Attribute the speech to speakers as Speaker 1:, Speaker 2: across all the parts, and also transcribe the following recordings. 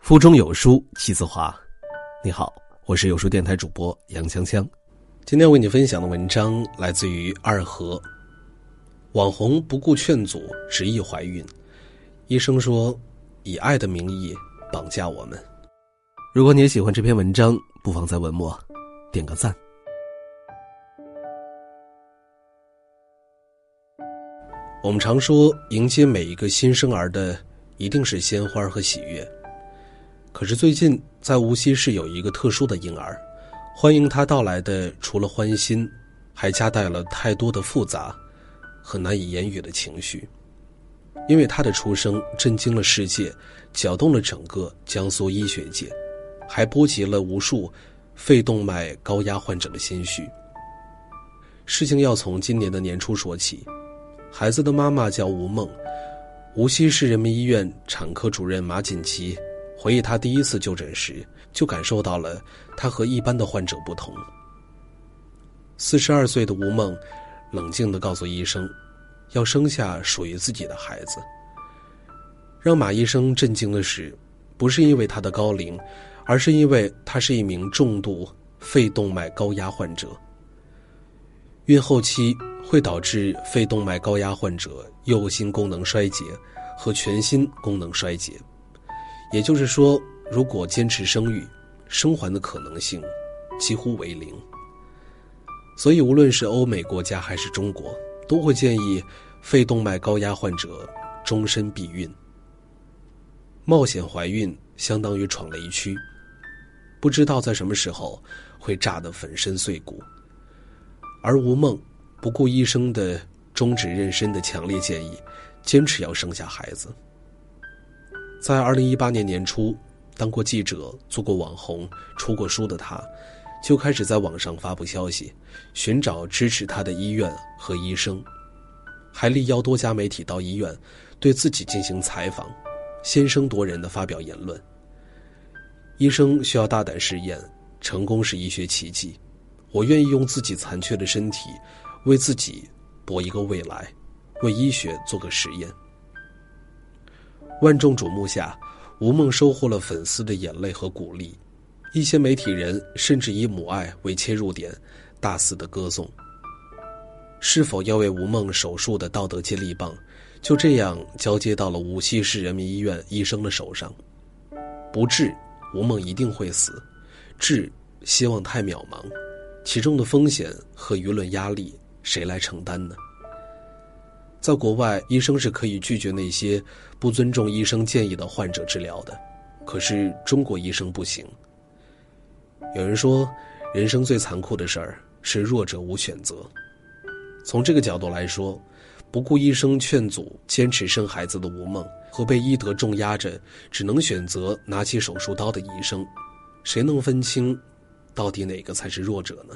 Speaker 1: 腹中有书气自华。你好，我是有书电台主播杨锵锵。今天为你分享的文章来自于二和。网红不顾劝阻执意怀孕，医生说以爱的名义绑架我们。如果你也喜欢这篇文章，不妨在文末点个赞。我们常说迎接每一个新生儿的一定是鲜花和喜悦，可是最近在无锡市有一个特殊的婴儿，欢迎他到来的除了欢欣，还夹带了太多的复杂和难以言语的情绪。因为他的出生震惊了世界，搅动了整个江苏医学界，还波及了无数肺动脉高压患者的心绪。事情要从今年的年初说起。孩子的妈妈叫吴梦，无锡市人民医院产科主任马锦旗回忆他第一次就诊时，就感受到了他和一般的患者不同。42岁的吴梦冷静地告诉医生，要生下属于自己的孩子。让马医生震惊的是，不是因为他的高龄，而是因为他是一名重度肺动脉高压患者。孕后期会导致肺动脉高压患者右心功能衰竭和全心功能衰竭，也就是说，如果坚持生育，生还的可能性几乎为零。所以无论是欧美国家还是中国，都会建议肺动脉高压患者终身避孕。冒险怀孕相当于闯雷区，不知道在什么时候会炸得粉身碎骨。而吴梦不顾医生的终止妊娠的强烈建议，坚持要生下孩子。在2018年年初，当过记者、做过网红、出过书的他，就开始在网上发布消息，寻找支持他的医院和医生，还力邀多家媒体到医院对自己进行采访，先声夺人地发表言论。医生需要大胆试验，成功是医学奇迹。我愿意用自己残缺的身体，为自己搏一个未来，为医学做个实验。万众瞩目下，吴梦收获了粉丝的眼泪和鼓励，一些媒体人甚至以母爱为切入点，大肆的歌颂。是否要为吴梦手术的道德接力棒，就这样交接到了无锡市人民医院医生的手上。不治，吴梦一定会死；治，希望太渺茫。其中的风险和舆论压力谁来承担呢？在国外，医生是可以拒绝那些不尊重医生建议的患者治疗的，可是中国医生不行。有人说，人生最残酷的事儿是弱者无选择。从这个角度来说，不顾医生劝阻坚持生孩子的吴梦，和被医德重压着只能选择拿起手术刀的医生，谁能分清到底哪个才是弱者呢？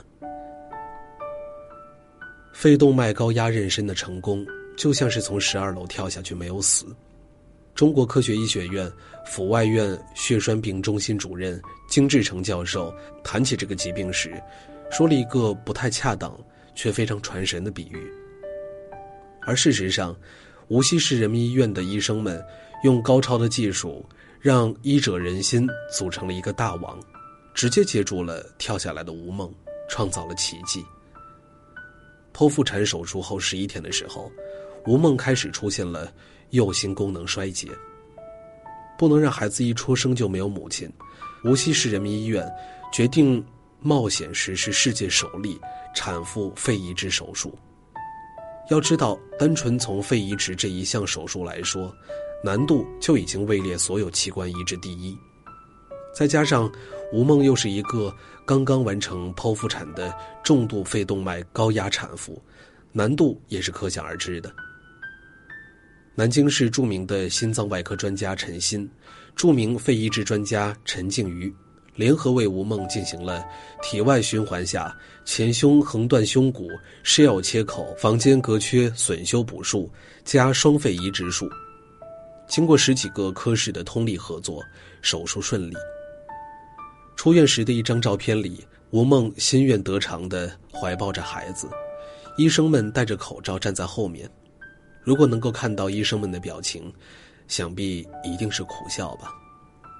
Speaker 1: 肺动脉高压妊娠的成功，就像是从12楼跳下去没有死。中国科学医学院阜外院血栓病中心主任金志成教授谈起这个疾病时，说了一个不太恰当却非常传神的比喻。而事实上，无锡市人民医院的医生们用高超的技术，让医者仁心组成了一个大网，直接接住了跳下来的吴梦，创造了奇迹。剖腹产手术后11天的时候，吴梦开始出现了右心功能衰竭。不能让孩子一出生就没有母亲，无锡市人民医院决定冒险实施世界首例产妇肺移植手术。要知道，单纯从肺移植这一项手术来说，难度就已经位列所有器官移植第一。再加上吴梦又是一个刚刚完成剖腹产的重度肺动脉高压产妇，难度也是可想而知的。南京市著名的心脏外科专家陈新，著名肺移植专家陈静瑜，联合为吴梦进行了体外循环下前胸横断胸骨施药切口房间隔缺损修补术加双肺移植术。经过10几个科室的通力合作，手术顺利。出院时的一张照片里，吴梦心愿得偿地怀抱着孩子，医生们戴着口罩站在后面。如果能够看到医生们的表情，想必一定是苦笑吧。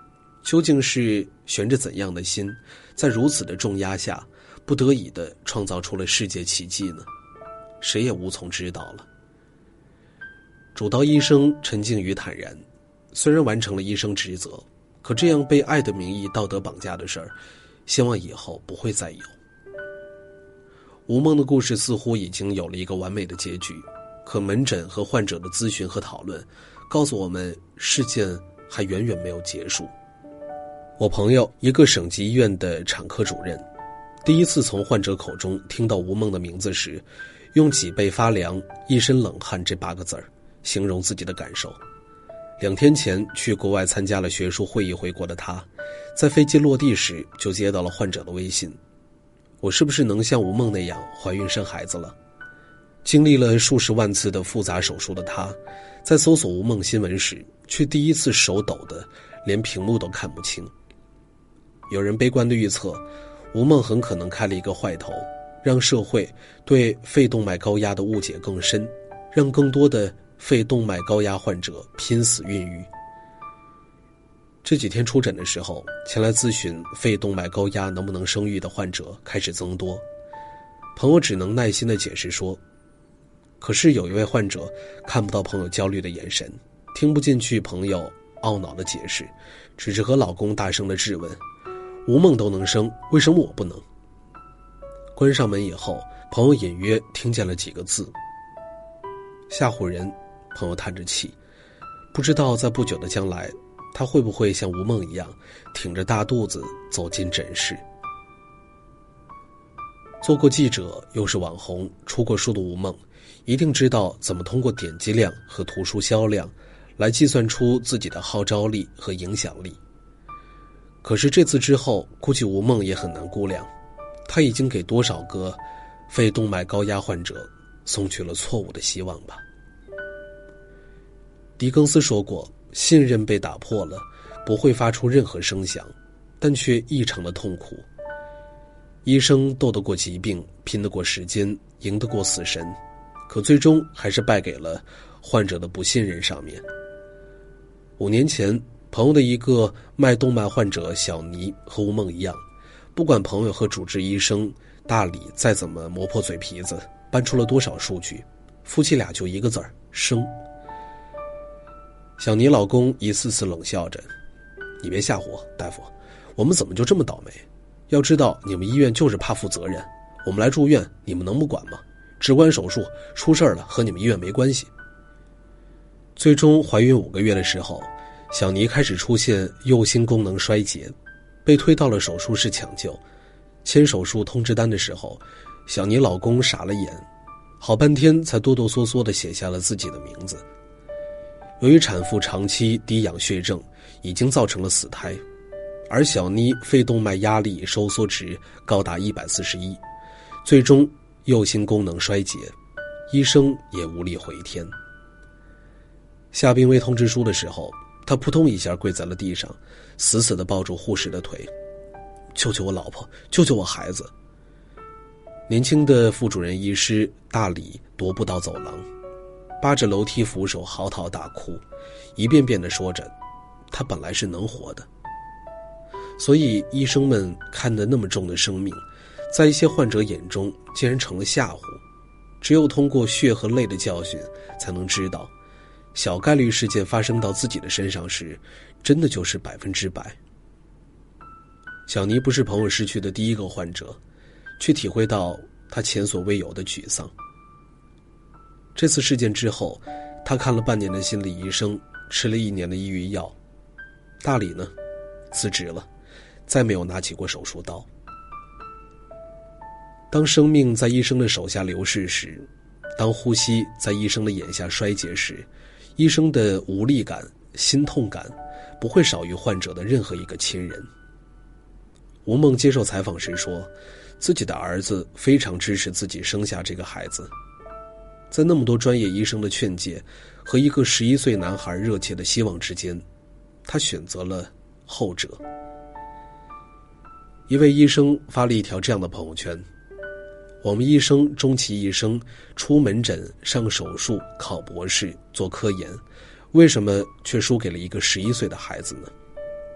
Speaker 1: 究竟是悬着怎样的心，在如此的重压下，不得已地创造出了世界奇迹呢？谁也无从知道了。主刀医生沉静与坦然，虽然完成了医生职责，可这样被爱的名义道德绑架的事儿，希望以后不会再有。吴梦的故事似乎已经有了一个完美的结局，可门诊和患者的咨询和讨论告诉我们，事件还远远没有结束。我朋友一个省级医院的产科主任，第一次从患者口中听到吴梦的名字时，用脊背发凉、一身冷汗这8个字儿形容自己的感受。2天前去国外参加了学术会议回国的他，在飞机落地时就接到了患者的微信：我是不是能像吴梦那样怀孕生孩子了？经历了数十万次的复杂手术的他，在搜索吴梦新闻时，却第一次手抖的连屏幕都看不清。有人悲观地预测，吴梦很可能开了一个坏头，让社会对肺动脉高压的误解更深，让更多的肺动脉高压患者拼死孕育。这几天出诊的时候，前来咨询肺动脉高压能不能生育的患者开始增多。朋友只能耐心地解释说，可是有一位患者看不到朋友焦虑的眼神，听不进去朋友懊恼的解释，只是和老公大声地质问：吴梦都能生，为什么我不能？关上门以后，朋友隐约听见了几个字：吓唬人。朋友叹着气，不知道在不久的将来，他会不会像吴梦一样，挺着大肚子走进诊室。做过记者又是网红，出过书的吴梦，一定知道怎么通过点击量和图书销量来计算出自己的号召力和影响力。可是这次之后，估计吴梦也很难估量，他已经给多少个肺动脉高压患者送去了错误的希望吧。狄更斯说过，信任被打破了，不会发出任何声响，但却异常的痛苦。医生斗得过疾病，拼得过时间，赢得过死神，可最终还是败给了患者的不信任上面。5年前，朋友的一个脉动脉患者小倪和吴梦一样，不管朋友和主治医生大李再怎么磨破嘴皮子，搬出了多少数据，夫妻俩就一个字儿：生。小倪老公一次次冷笑着：你别吓唬我，大夫，我们怎么就这么倒霉？要知道你们医院就是怕负责任，我们来住院你们能不管吗？置关手术出事了和你们医院没关系。最终怀孕5个月的时候，小倪开始出现右心功能衰竭，被推到了手术室抢救。签手术通知单的时候，小倪老公傻了眼，好半天才哆哆嗦嗦地写下了自己的名字。由于产妇长期低氧血症已经造成了死胎，而小倪肺动脉压力收缩值高达141，最终右心功能衰竭，医生也无力回天。下病危通知书的时候，他扑通一下跪在了地上，死死地抱住护士的腿：救救我老婆，救救我孩子。年轻的副主任医师大李踱步到走廊，扒着楼梯扶手嚎啕大哭，一遍遍地说着他本来是能活的。所以医生们看得那么重的生命，在一些患者眼中竟然成了吓唬。只有通过血和泪的教训，才能知道小概率事件发生到自己的身上时，真的就是100%。小倪不是朋友失去的第一个患者，却体会到他前所未有的沮丧。这次事件之后，他看了半年的心理医生，吃了1年的抑郁药。大李呢，辞职了，再没有拿起过手术刀。当生命在医生的手下流逝时，当呼吸在医生的眼下衰竭时，医生的无力感、心痛感不会少于患者的任何一个亲人。吴梦接受采访时说，自己的儿子非常支持自己生下这个孩子。在那么多专业医生的劝诫和一个11岁男孩热切的希望之间，他选择了后者。一位医生发了一条这样的朋友圈：我们医生终其一生出门诊、上手术、考博士、做科研，为什么却输给了一个11岁的孩子呢？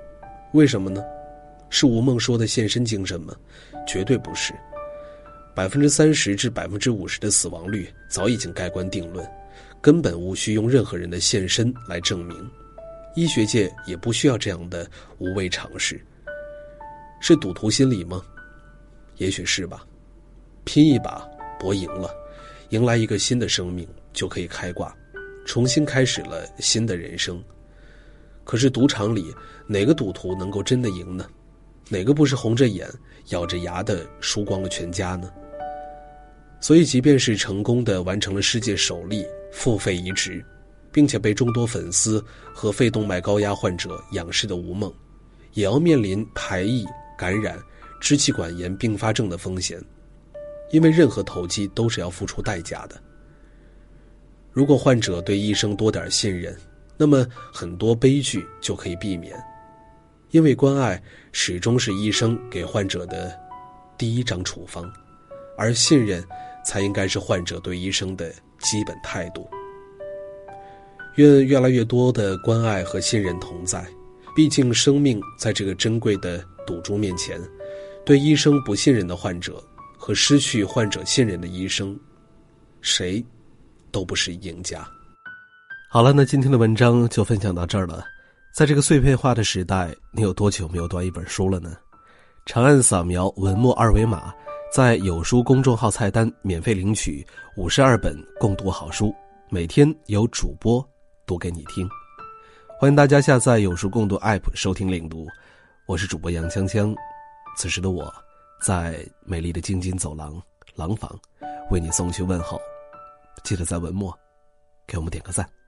Speaker 1: 为什么呢？是吴梦说的献身精神吗？绝对不是。30%至50%的死亡率早已经盖棺定论，根本无需用任何人的献身来证明。医学界也不需要这样的无谓尝试。是赌徒心理吗？也许是吧。拼一把，搏赢了，迎来一个新的生命，就可以开挂，重新开始了新的人生。可是赌场里哪个赌徒能够真的赢呢？哪个不是红着眼咬着牙的输光了全家呢？所以即便是成功的完成了世界首例付费移植，并且被众多粉丝和肺动脉高压患者仰视的吴梦，也要面临排异、感染、支气管炎并发症的风险，因为任何投机都是要付出代价的。如果患者对医生多点信任，那么很多悲剧就可以避免，因为关爱始终是医生给患者的第一张处方，而信任才应该是患者对医生的基本态度。愿越来越多的关爱和信任同在，毕竟生命在这个珍贵的赌注面前，对医生不信任的患者和失去患者信任的医生，谁都不是赢家。好了，那今天的文章就分享到这儿了。在这个碎片化的时代，你有多久没有读一本书了呢？长按扫描文末二维码，在有书公众号菜单免费领取52本共读好书，每天有主播读给你听。欢迎大家下载有书共读 App 收听领读，我是主播杨锵锵。此时的我在美丽的京津走廊廊坊为你送去问候，记得在文末给我们点个赞。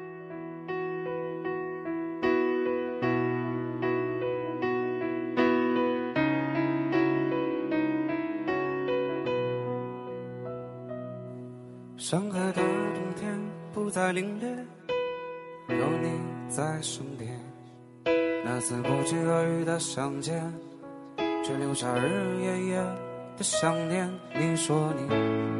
Speaker 2: 上海的冬天不再凛冽，有你在身边。那次不期而遇的相见，却留下日日夜夜的想念。你说你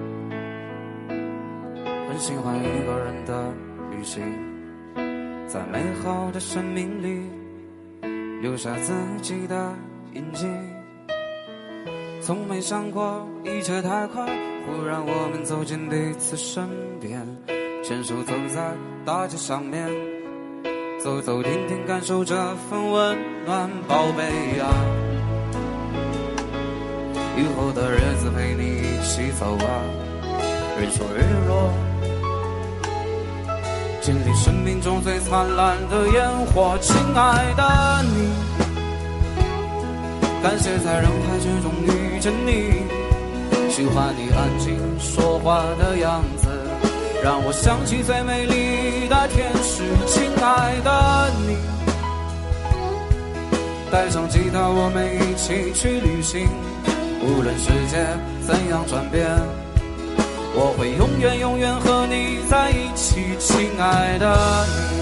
Speaker 2: 很喜欢一个人的旅行，在美好的生命里留下自己的印记。从没想过一切太快，忽然我们走进彼此身边，牵手走在大街上面，走走停停感受这份温暖。宝贝啊，以后的日子陪你一起走啊，日出日落，经历生命中最灿烂的烟火。亲爱的你，感谢在人海之中遇见你，喜欢你安静说话的样子，让我想起最美丽的天使。亲爱的你，带上吉他我们一起去旅行，无论世界怎样转变，我会永远永远和你在一起。亲爱的你，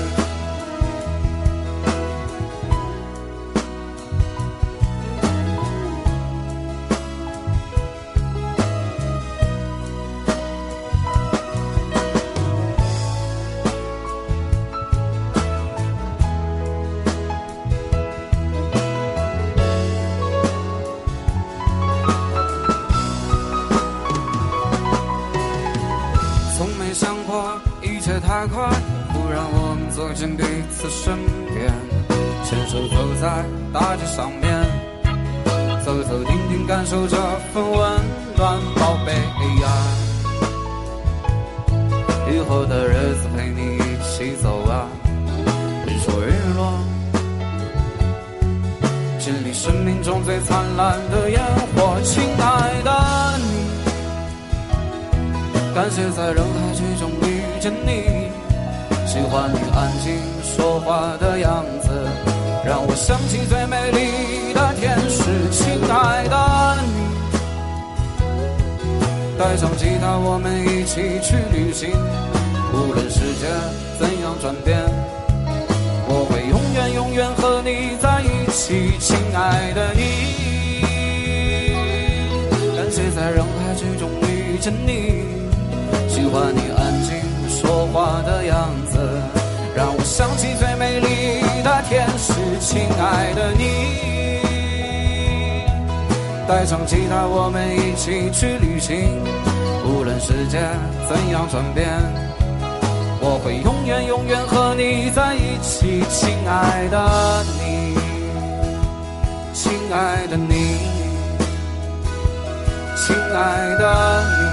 Speaker 2: 太快，忽然我们走进彼此身边，牵手走在大街上面，走走停停感受这份温暖。宝贝呀，以后的日子陪你一起走啊，日出日落，经历生命中最灿烂的烟火。亲爱的你，感谢在人海之中遇见你，喜欢你安静说话的样子，让我想起最美丽的天使。亲爱的你，带上吉他我们一起去旅行，无论世界怎样转变，我会永远永远和你在一起。亲爱的你，感谢在人海之中遇见你，喜欢你安静说话的样子， 让我想起最美丽的天使，亲爱的你。带上吉他，我们一起去旅行，无论世界怎样转变，我会永远永远和你在一起，亲爱的你，亲爱的你，亲爱的你。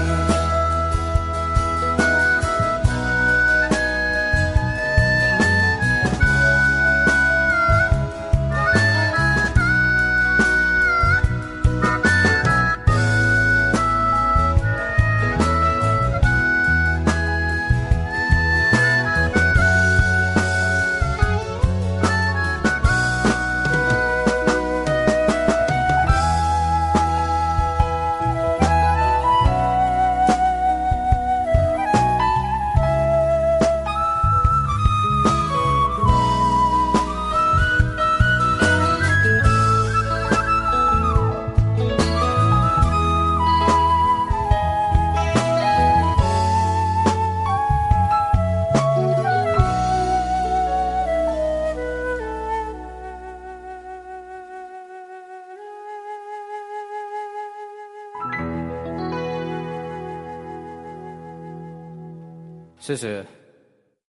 Speaker 2: 谢谢。